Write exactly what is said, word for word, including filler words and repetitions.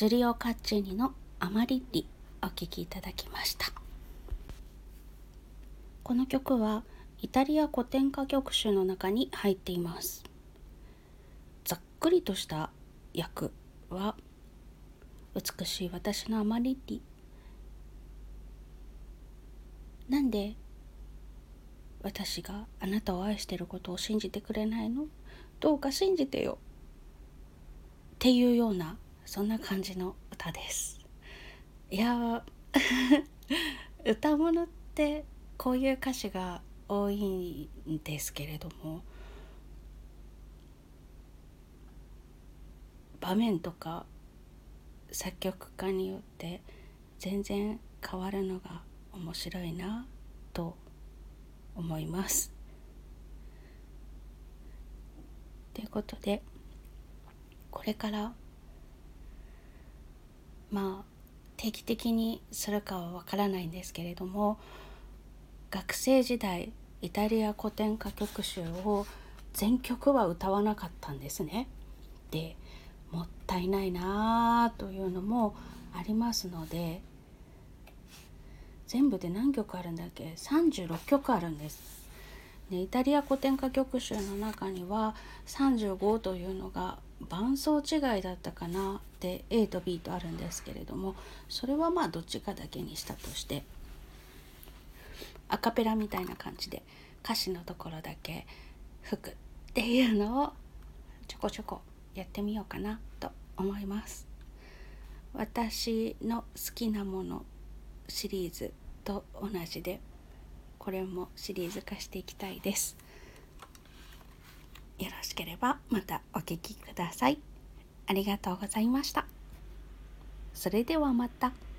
ジュリオ・カッチーニのアマリッリお聴きいただきました。この曲はイタリア古典歌曲集の中に入っています。ざっくりとした訳は、美しい私のアマリッリ、なんで私があなたを愛していることを信じてくれないの？どうか信じてよっていうような、そんな感じの歌です。いや歌物ってこういう歌詞が多いんですけれども、場面とか作曲家によって全然変わるのが面白いなと思います。ということで、これからまあ定期的にするかはわからないんですけれども、学生時代イタリア古典歌曲集を全曲は歌わなかったんですね。で、もったいないなというのもありますので、全部で何曲あるんだっけ？さんじゅうろっきょくあるんです。で、イタリア古典歌曲集の中にはさんじゅうごというのが伴奏違いだったかなで A と B とあるんですけれども、それはまあどっちかだけにしたとして、アカペラみたいな感じで歌詞のところだけ吹くっていうのをちょこちょこやってみようかなと思います。私の好きなものシリーズと同じで、これもシリーズ化していきたいです。よろしければまたお聞きください。ありがとうございました。それではまた。